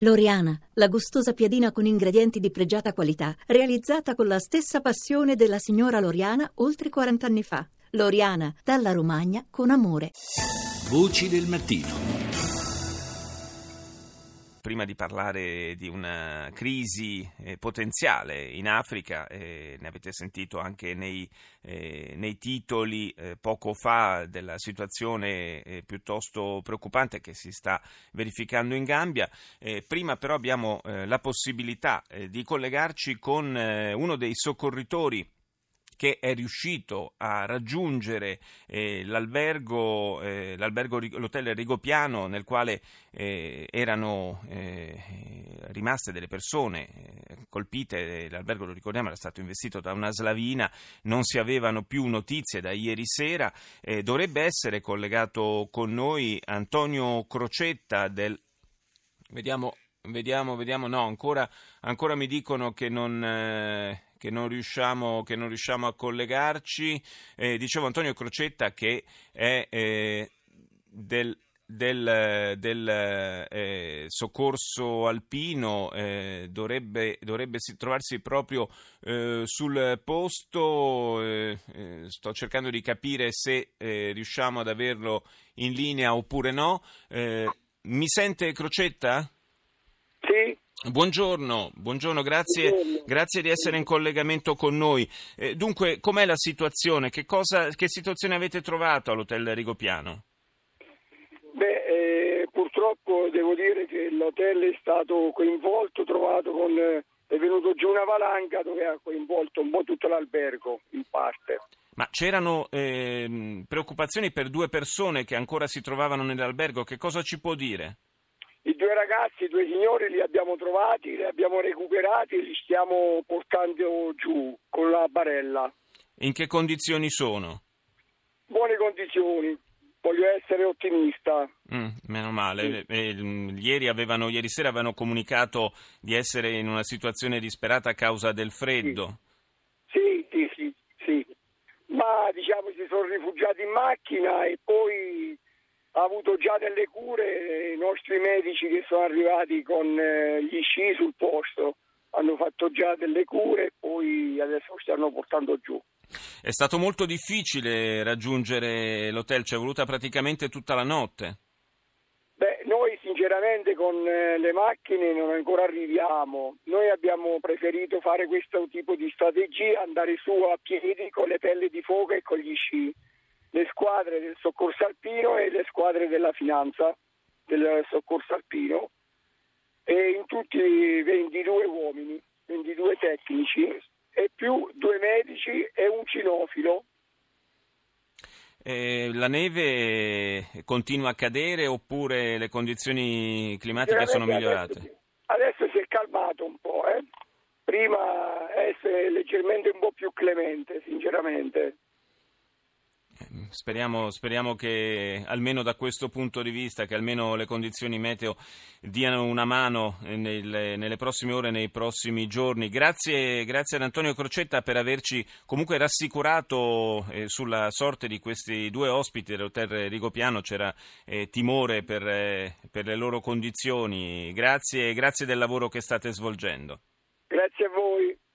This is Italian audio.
Loriana, la gustosa piadina con ingredienti di pregiata qualità, realizzata con la stessa passione della signora Loriana oltre 40 anni fa. Loriana, dalla Romagna con amore. Voci del mattino. Prima di parlare di una crisi potenziale in Africa, ne avete sentito anche nei titoli poco fa della situazione piuttosto preoccupante che si sta verificando in Gambia. Prima però abbiamo la possibilità di collegarci con uno dei soccorritori che è riuscito a raggiungere l'hotel Rigopiano, nel quale erano rimaste delle persone colpite. L'albergo, lo ricordiamo, era stato investito da una slavina, non si avevano più notizie da ieri sera. Dovrebbe essere collegato con noi Antonio Crocetta Vediamo, no, ancora mi dicono che non riusciamo a collegarci. Dicevo, Antonio Crocetta, che è del soccorso alpino, dovrebbe trovarsi proprio sul posto. Sto cercando di capire se riusciamo ad averlo in linea oppure no. Mi sente, Crocetta? Sì. Buongiorno, grazie di essere in collegamento con noi. Dunque, com'è la situazione? Che situazione avete trovato all'hotel Rigopiano? Purtroppo devo dire che l'hotel è stato coinvolto, è venuto giù una valanga dove ha coinvolto un po' tutto l'albergo, in parte. Ma c'erano preoccupazioni per 2 persone che ancora si trovavano nell'albergo? Che cosa ci può dire? I 2 ragazzi, i 2 signori li abbiamo trovati, li abbiamo recuperati e li stiamo portando giù con la barella. In che condizioni sono? Buone condizioni, voglio essere ottimista. Meno male. Ieri sera avevano comunicato di essere in una situazione disperata a causa del freddo. Sì. Ma si sono rifugiati in macchina e poi ha avuto già delle cure. I nostri medici che sono arrivati con gli sci sul posto hanno fatto già delle cure e poi adesso stanno portando giù. È stato molto difficile raggiungere l'hotel, ci è voluta praticamente tutta la notte. Noi sinceramente con le macchine non ancora arriviamo. Noi abbiamo preferito fare questo tipo di strategia, andare su a piedi con le pelle di foca e con gli sci. Le squadre del soccorso alpino e le squadre della finanza del soccorso alpino, e in tutti 22 uomini, 22 tecnici e più 2 medici e un cinofilo. La neve continua a cadere oppure le condizioni climatiche sono migliorate? Adesso si è calmato un po', Prima essere leggermente un po' più clemente, sinceramente. Speriamo che almeno da questo punto di vista, che almeno le condizioni meteo diano una mano nelle prossime ore, nei prossimi giorni. Grazie ad Antonio Crocetta per averci comunque rassicurato sulla sorte di questi 2 ospiti dell'hotel Rigopiano. C'era timore per le loro condizioni. Grazie del lavoro che state svolgendo. Grazie a voi.